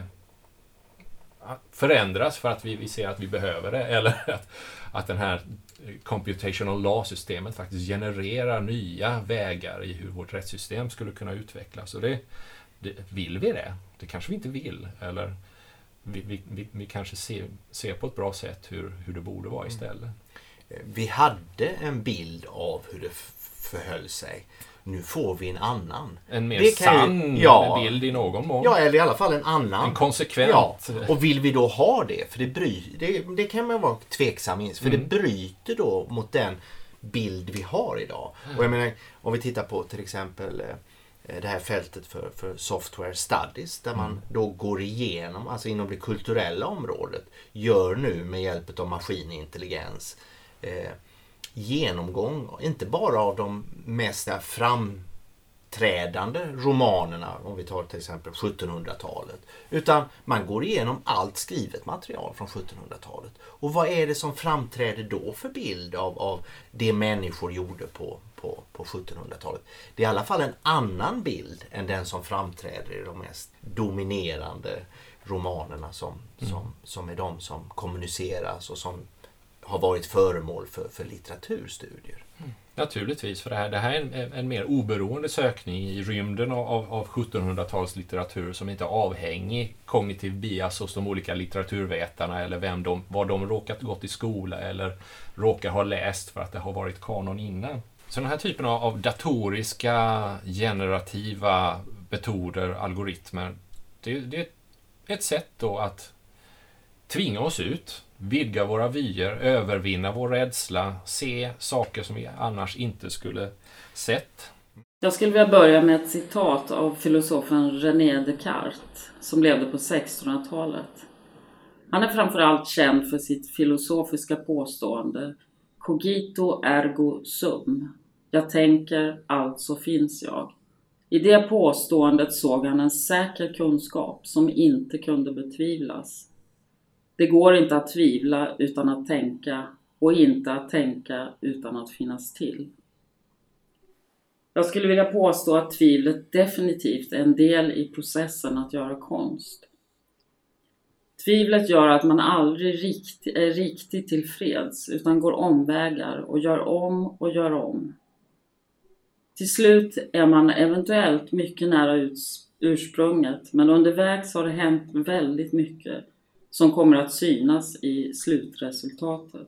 förändras för att vi, vi ser att vi behöver det, eller att, att den här computational law-systemet faktiskt genererar nya vägar i hur vårt rättssystem skulle kunna utvecklas. Och det, det, vill vi det? Det kanske vi inte vill. Eller vi, vi, vi, vi kanske ser, ser på ett bra sätt hur, hur det borde vara istället. Vi hade en bild av hur det förhöll sig. Nu får vi en annan. En mer det sann ju, ja, bild i någon mån. Ja, eller i alla fall en annan. En konsekvent. Ja. Och vill vi då ha det? För det, bry, det, det kan man vara tveksam i. För mm. det bryter då mot den bild vi har idag. Och jag menar, om vi tittar på till exempel det här fältet för, för software studies, där man då går igenom, alltså inom det kulturella området, gör nu med hjälp av maskinintelligens eh, genomgång, inte bara av de mest framträdande romanerna, om vi tar till exempel sjuttonhundratalet, utan man går igenom allt skrivet material från sjuttonhundratalet. Och vad är det som framträder då för bild av, av det människor gjorde på, på, på sjuttonhundratalet? Det är i alla fall en annan bild än den som framträder i de mest dominerande romanerna som, mm. som, som är de som kommuniceras och som har varit föremål för, för litteraturstudier. Mm. Naturligtvis, för det här, det här är en, en mer oberoende sökning i rymden av, av sjuttonhundratals-litteratur som inte är avhängig kognitiv bias hos de olika litteraturvetarna eller vem de, var de råkat gått i skola eller råkar ha läst för att det har varit kanon innan. Så den här typen av, av datoriska, generativa metoder, algoritmer, det, det är ett sätt då att tvinga oss ut, vidga våra vyer, övervinna vår rädsla, se saker som vi annars inte skulle sett. Jag skulle vilja börja med ett citat av filosofen René Descartes som levde på sextonhundratalet. Han är framförallt känd för sitt filosofiska påstående cogito ergo sum. Jag tänker, alltså finns jag. I det påståendet såg han en säker kunskap som inte kunde betvivlas. Det går inte att tvivla utan att tänka och inte att tänka utan att finnas till. Jag skulle vilja påstå att tvivlet definitivt är en del i processen att göra konst. Tvivlet gör att man aldrig rikt, är riktigt tillfreds utan går omvägar och gör om och gör om. Till slut är man eventuellt mycket nära ursprunget, men undervägs har det hänt väldigt mycket som kommer att synas i slutresultatet.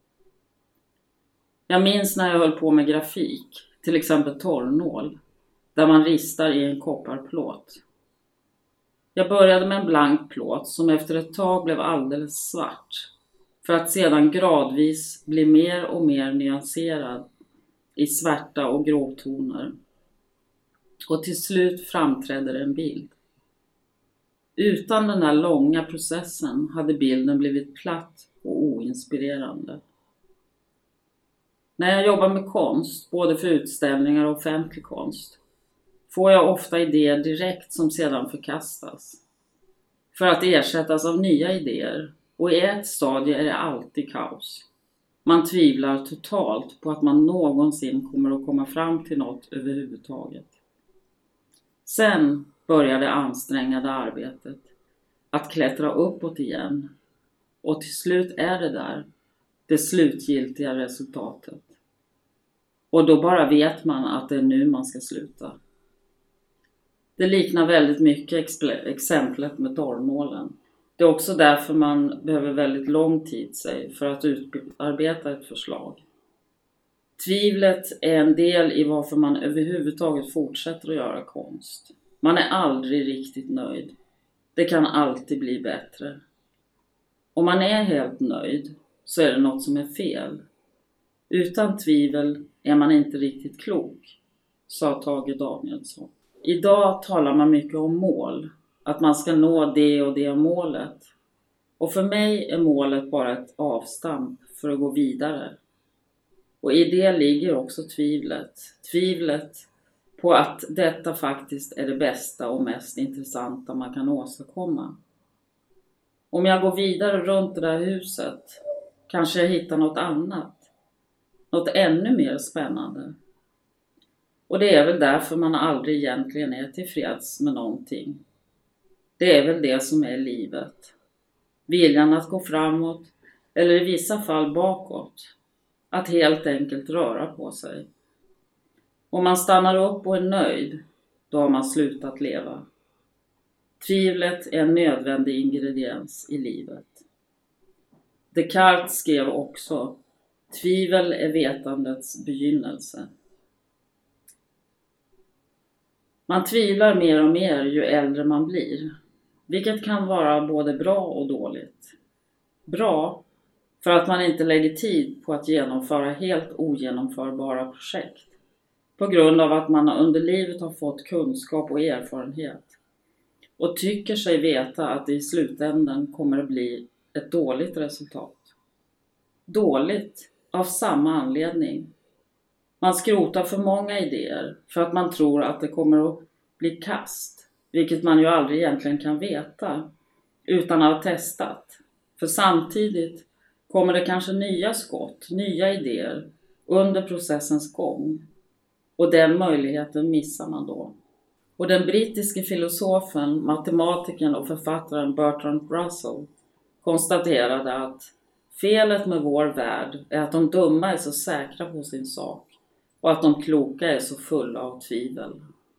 Jag minns när jag höll på med grafik, till exempel torrnål, där man ristar i en kopparplåt. Jag började med en blank plåt som efter ett tag blev alldeles svart, för att sedan gradvis bli mer och mer nyanserad i svarta och gråtoner. Och till slut framträdde en bild. Utan den här långa processen hade bilden blivit platt och oinspirerande. När jag jobbar med konst, både för utställningar och offentlig konst, får jag ofta idéer direkt som sedan förkastas. För att ersättas av nya idéer, och i ett stadie är det alltid kaos. Man tvivlar totalt på att man någonsin kommer att komma fram till något överhuvudtaget. Sen börjar det ansträngande arbetet att klättra uppåt igen, och till slut är det där, det slutgiltiga resultatet. Och då bara vet man att det är nu man ska sluta. Det liknar väldigt mycket exemplet med torrnålen. Det är också därför man behöver väldigt lång tid sig för att utarbeta ett förslag. Tvivlet är en del i varför man överhuvudtaget fortsätter att göra konst. Man är aldrig riktigt nöjd. Det kan alltid bli bättre. Om man är helt nöjd så är det något som är fel. Utan tvivel är man inte riktigt klok, sa Tage Danielsson. Idag talar man mycket om mål. Att man ska nå det och det målet. Och för mig är målet bara ett avstamp för att gå vidare. Och i det ligger också tvivlet. Tvivlet på att detta faktiskt är det bästa och mest intressanta man kan åstadkomma. Om jag går vidare runt det där huset, kanske jag hittar något annat. Något ännu mer spännande. Och det är väl därför man aldrig egentligen är tillfreds med någonting. Det är väl det som är livet. Viljan att gå framåt, eller i vissa fall bakåt. Att helt enkelt röra på sig. Om man stannar upp och är nöjd, då har man slutat leva. Tvivlet är en nödvändig ingrediens i livet. Descartes skrev också: tvivel är vetandets begynnelse. Man tvivlar mer och mer ju äldre man blir, vilket kan vara både bra och dåligt. Bra för att man inte lägger tid på att genomföra helt ogenomförbara projekt, på grund av att man under livet har fått kunskap och erfarenhet och tycker sig veta att det i slutändan kommer att bli ett dåligt resultat. Dåligt av samma anledning. Man skrotar för många idéer för att man tror att det kommer att bli kast, vilket man ju aldrig egentligen kan veta utan att ha testat. För samtidigt kommer det kanske nya skott, nya idéer under processens gång, och den möjligheten missar man då. Och den brittiske filosofen, matematikern och författaren Bertrand Russell konstaterade att felet med vår värld är att de dumma är så säkra på sin sak och att de kloka är så fulla av tvivel.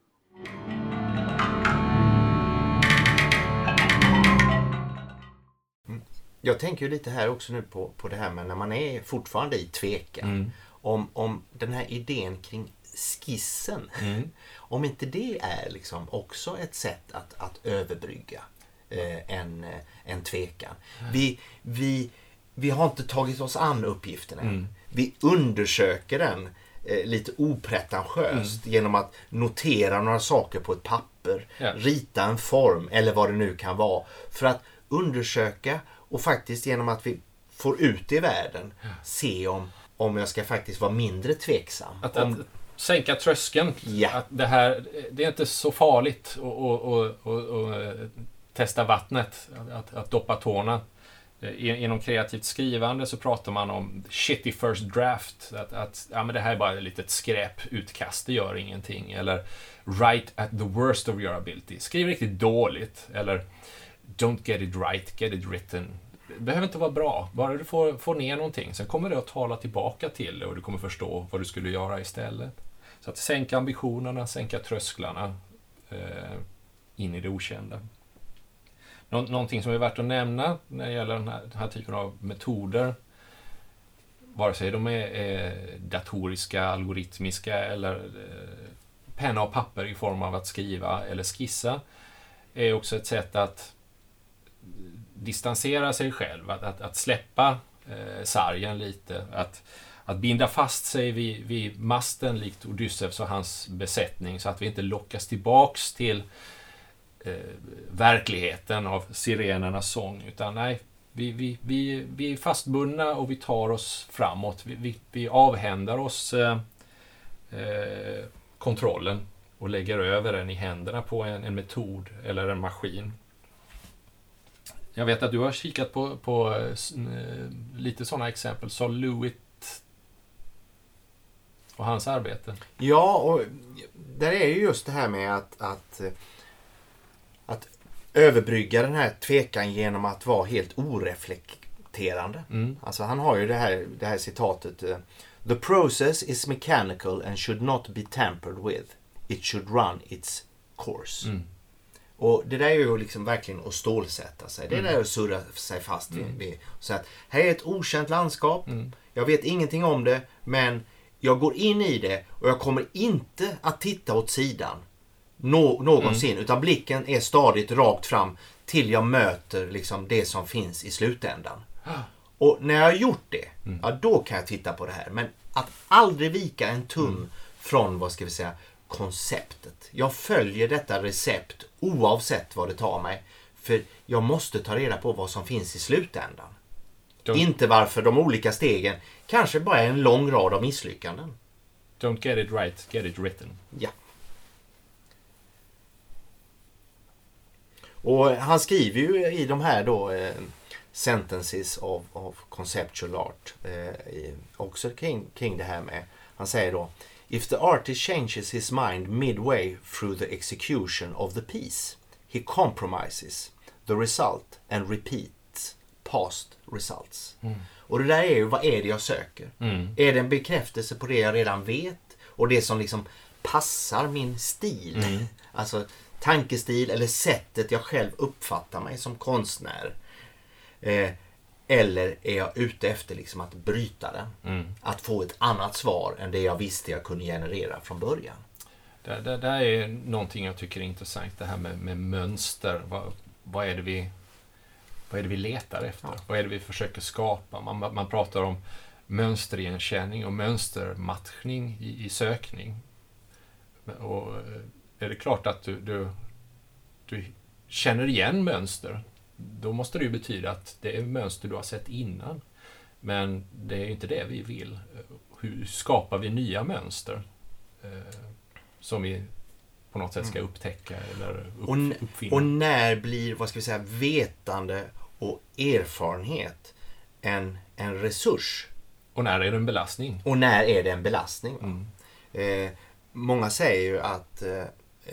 Jag tänker ju lite här också nu på, på det här med när man är fortfarande i tvekan. Mm. Om, om den här idén kring skissen. Mm. Om inte det är liksom också ett sätt att, att överbrygga eh, en, en tvekan. Mm. Vi, vi, vi har inte tagit oss an uppgiften än. Mm. Vi undersöker den eh, lite opretentiöst mm. genom att notera några saker på ett papper. Yeah. Rita en form eller vad det nu kan vara. För att undersöka och faktiskt genom att vi får ut i världen yeah. se om, om jag ska faktiskt vara mindre tveksam. Att, om, att sänka tröskeln. Ja. Att det här, det är inte så farligt att och, och, och, och testa vattnet, att, att doppa tårna. Inom kreativt skrivande så pratar man om shitty first draft. Att, att ja, men det här är bara ett litet skräp utkast, det gör ingenting. Eller write at the worst of your ability. Skriv riktigt dåligt. Eller don't get it right, get it written. Det behöver inte vara bra, bara du får, får ner någonting. Sen kommer det att tala tillbaka till det och du kommer förstå vad du skulle göra istället. Så att sänka ambitionerna, sänka trösklarna eh, in i det okända. Nå- någonting som är värt att nämna när det gäller den här, den här typen av metoder, vare sig de är eh, datoriska, algoritmiska eller eh, penna och papper i form av att skriva eller skissa, är också ett sätt att distansera sig själv, att, att, att släppa eh, sargen lite, att, att binda fast sig vid, vid masten likt Odysseus och hans besättning, så att vi inte lockas tillbaks till eh, verkligheten av sirenernas sång, utan nej, vi, vi, vi, vi är fastbundna och vi tar oss framåt, vi, vi, vi avhändar oss eh, eh, kontrollen och lägger över den i händerna på en, en metod eller en maskin. Jag vet att du har kikat på, på uh, lite sådana exempel. Saul Lewitt och hans arbete. Ja, och där är ju just det här med att, att, att överbrygga den här tvekan genom att vara helt oreflekterande. Mm. Alltså han har ju det här, det här citatet. The process is mechanical and should not be tampered with. It should run its course. Mm. Och det där är ju liksom verkligen att stålsätta sig. Det är mm. där att surra sig fast mm. vid. Så att här är ett okänt landskap. Mm. Jag vet ingenting om det. Men jag går in i det. Och jag kommer inte att titta åt sidan. Nå- någonsin. Mm. Utan blicken är stadigt rakt fram. Till jag möter liksom det som finns i slutändan. Och när jag har gjort det. Mm. Ja, då kan jag titta på det här. Men att aldrig vika en tum mm. från, vad ska vi säga, konceptet. Jag följer detta recept oavsett vad det tar mig. För jag måste ta reda på vad som finns i slutändan. Don't. Inte varför de olika stegen kanske bara är en lång rad av misslyckanden. Don't get it right, get it written. Ja. Och han skriver ju i de här då eh, sentences of, of conceptual art eh, också kring, kring det här med, han säger då: If the artist changes his mind midway through the execution of the piece, he compromises the result and repeats past results. Mm. Och det där är ju, vad är det jag söker? Mm. Är det en bekräftelse på det jag redan vet? Och det som liksom passar min stil? Mm. Alltså tankestil eller sättet jag själv uppfattar mig som konstnär? Eh, eller är jag ute efter liksom att bryta den? Mm. Att få ett annat svar än det jag visste jag kunde generera från början. Det, det, det är någonting jag tycker är intressant, det här med, med mönster. Vad, vad, är det vi, vad är det vi letar efter? Ja. Vad är det vi försöker skapa? Man, man pratar om mönsterigenkänning och mönstermatchning i, i sökning. Och är det klart att du, du, du känner igen mönster, då måste det ju betyda att det är mönster du har sett innan. Men det är inte det vi vill. Hur skapar vi nya mönster eh, som vi på något sätt ska upptäcka eller upp, och, uppfinna? Och när blir, vad ska vi säga, vetande och erfarenhet en, en resurs? Och när är det en belastning? Och när är det en belastning? Mm. Eh, många säger ju att eh,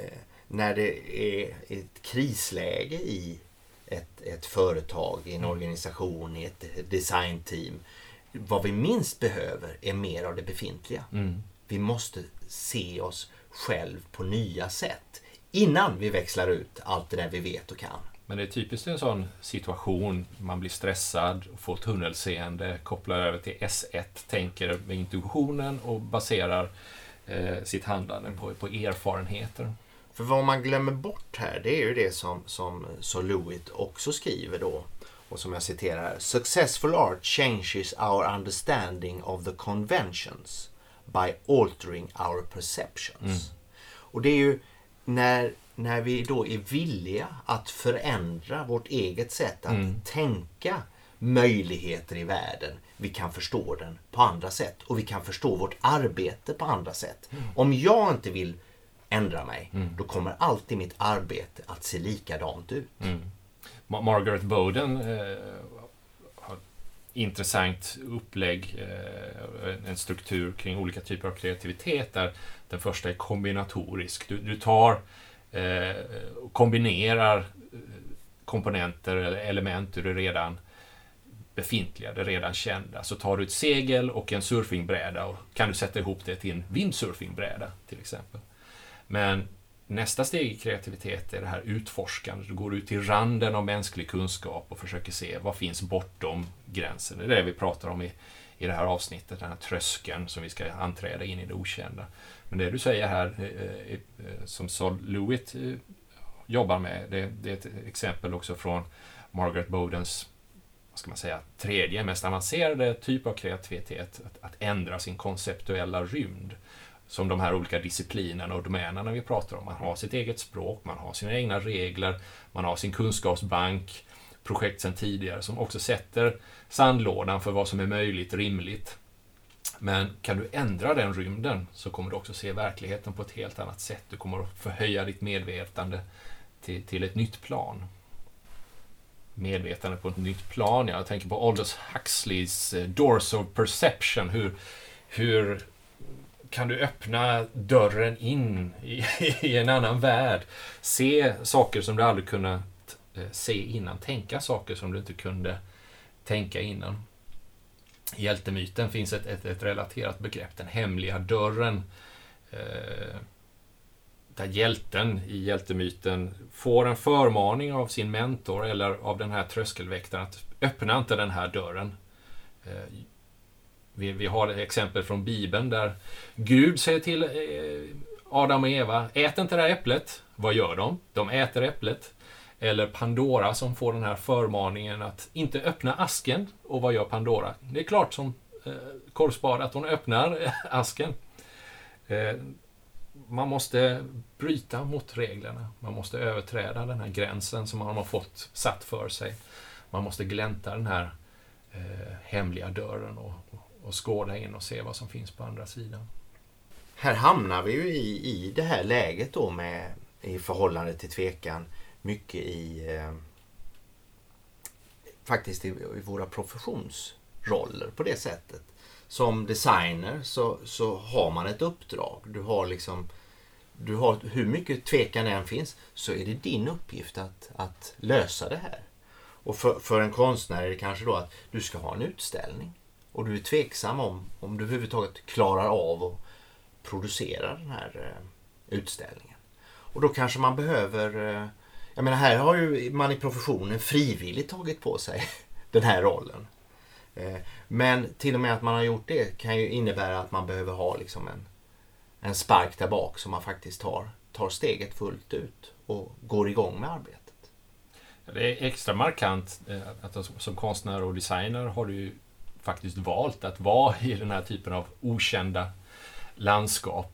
när det är ett krisläge i ett, ett företag, i en mm. organisation, i ett designteam, vad vi minst behöver är mer av det befintliga. Mm. Vi måste se oss själv på nya sätt innan vi växlar ut allt det där vi vet och kan. Men det är typiskt en sån situation, man blir stressad, får tunnelseende, kopplar över till S ett, tänker med intuitionen och baserar eh, sitt handlande på, på erfarenheter. För vad man glömmer bort här, det är ju det som, som Sol LeWitt också skriver då, och som jag citerar här: Successful art changes our understanding of the conventions by altering our perceptions. Mm. Och det är ju när, när vi då är villiga att förändra vårt eget sätt att mm. tänka möjligheter i världen, vi kan förstå den på andra sätt och vi kan förstå vårt arbete på andra sätt. Mm. Om jag inte vill ändra mig, mm. då kommer alltid mitt arbete att se likadant ut. Mm. Margaret Bowden eh, har intressant upplägg, eh, en struktur kring olika typer av kreativitet där den första är kombinatorisk. Du, du tar eh, kombinerar komponenter eller element ur det redan befintliga, det redan kända. Så tar du ett segel och en surfingbräda och kan du sätta ihop det till en windsurfingbräda till exempel. Men nästa steg i kreativitet är det här utforskande. Du går ut till randen av mänsklig kunskap och försöker se vad finns bortom gränsen. Det är det vi pratar om i, i det här avsnittet, den här tröskeln som vi ska anträda in i det okända. Men det du säger här, eh, eh, som Sol LeWitt eh, jobbar med, det, det är ett exempel också från Margaret Bowdens, vad ska man säga, tredje mest avancerade typ av kreativitet, att, att ändra sin konceptuella rymd. Som de här olika disciplinerna och domänerna vi pratar om. Man har sitt eget språk, man har sina egna regler, man har sin kunskapsbank, projekt sedan tidigare som också sätter sandlådan för vad som är möjligt, rimligt. Men kan du ändra den rymden så kommer du också se verkligheten på ett helt annat sätt. Du kommer att förhöja ditt medvetande till, till ett nytt plan. Medvetande på ett nytt plan. Jag tänker på Aldous Huxleys Doors of Perception. Hur, hur kan du öppna dörren in i, i en annan värld? Se saker som du aldrig kunnat se innan. Tänka saker som du inte kunde tänka innan. I hjältemyten finns ett, ett, ett relaterat begrepp, den hemliga dörren. Eh, där hjälten i hjältemyten får en förmaning av sin mentor eller av den här tröskelväktaren att öppna inte den här dörren. Eh, vi, vi har ett exempel från Bibeln där Gud säger till eh, Adam och Eva, ät inte det här äpplet. Vad gör de? De äter äpplet. Eller Pandora som får den här förmaningen att inte öppna asken. Och vad gör Pandora? Det är klart som eh, korvspad att hon öppnar eh, asken. Eh, man måste bryta mot reglerna. Man måste överträda den här gränsen som man har fått satt för sig. Man måste glänta den här eh, hemliga dörren och, och skåda in och se vad som finns på andra sidan. Här hamnar vi ju i, i det här läget då med, i förhållande till tvekan, mycket i eh, faktiskt i, i våra professionsroller på det sättet. Som designer så, så har man ett uppdrag. Du har liksom du har, hur mycket tvekan än finns så är det din uppgift att, att lösa det här. Och för, för en konstnär är det kanske då att du ska ha en utställning. Och du är tveksam om, om du överhuvudtaget klarar av att producera den här eh, utställningen. Och då kanske man behöver... Jag menar, här har ju man i professionen frivilligt tagit på sig den här rollen. Men till och med att man har gjort det kan ju innebära att man behöver ha liksom en, en spark där bak som man faktiskt tar, tar steget fullt ut och går igång med arbetet. Det är extra markant att som konstnär och designer har du faktiskt valt att vara i den här typen av okända landskap.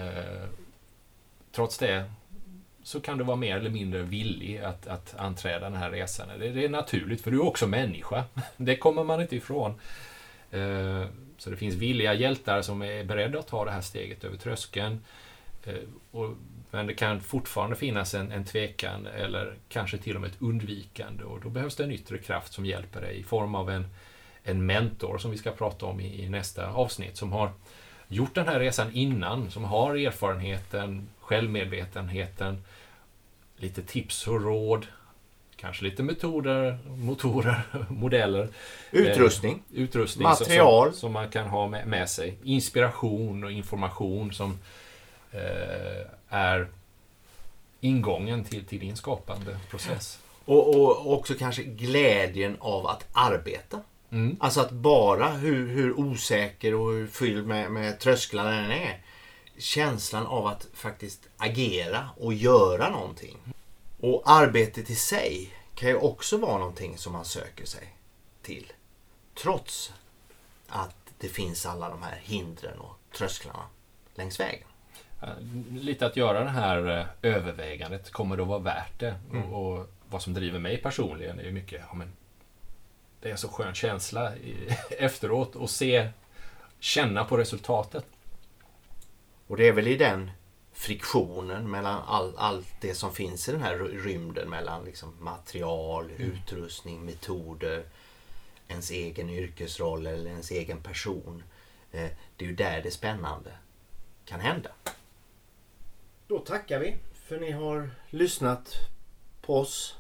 Trots det så kan du vara mer eller mindre villig att, att anträda den här resan. Det, det är naturligt, för du är också människa. Det kommer man inte ifrån. Så det finns villiga hjältar som är beredda att ta det här steget över tröskeln. Och, men det kan fortfarande finnas en, en tvekan eller kanske till och med ett undvikande. Och då behövs det en yttre kraft som hjälper dig i form av en, en mentor som vi ska prata om i, i nästa avsnitt. Som har gjort den här resan innan, som har erfarenheten, självmedvetenheten, lite tips och råd, kanske lite metoder, motorer, modeller. Utrustning. Eh, utrustning material. Som, som man kan ha med, med sig. Inspiration och information som eh, är ingången till, till din skapande process. Och, och också kanske glädjen av att arbeta. Mm. Alltså att bara hur, hur osäker och hur fylld med, med trösklar den är. Känslan av att faktiskt agera och göra någonting. Och arbetet i sig kan ju också vara någonting som man söker sig till. Trots att det finns alla de här hindren och trösklarna längs vägen. Lite att göra det här övervägandet, kommer det att vara värt det? Mm. Och, och vad som driver mig personligen är ju mycket, ja, men det är en så skön känsla i, efteråt och se, känna på resultatet. Och det är väl i den friktionen mellan all, allt det som finns i den här rymden mellan liksom material, mm. utrustning, metoder, ens egen yrkesroll eller ens egen person. Eh, det är ju där det spännande kan hända. Då tackar vi för ni har lyssnat på oss.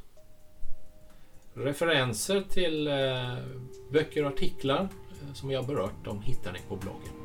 Referenser till eh, böcker och artiklar eh, som vi har berört, de hittar ni på bloggen.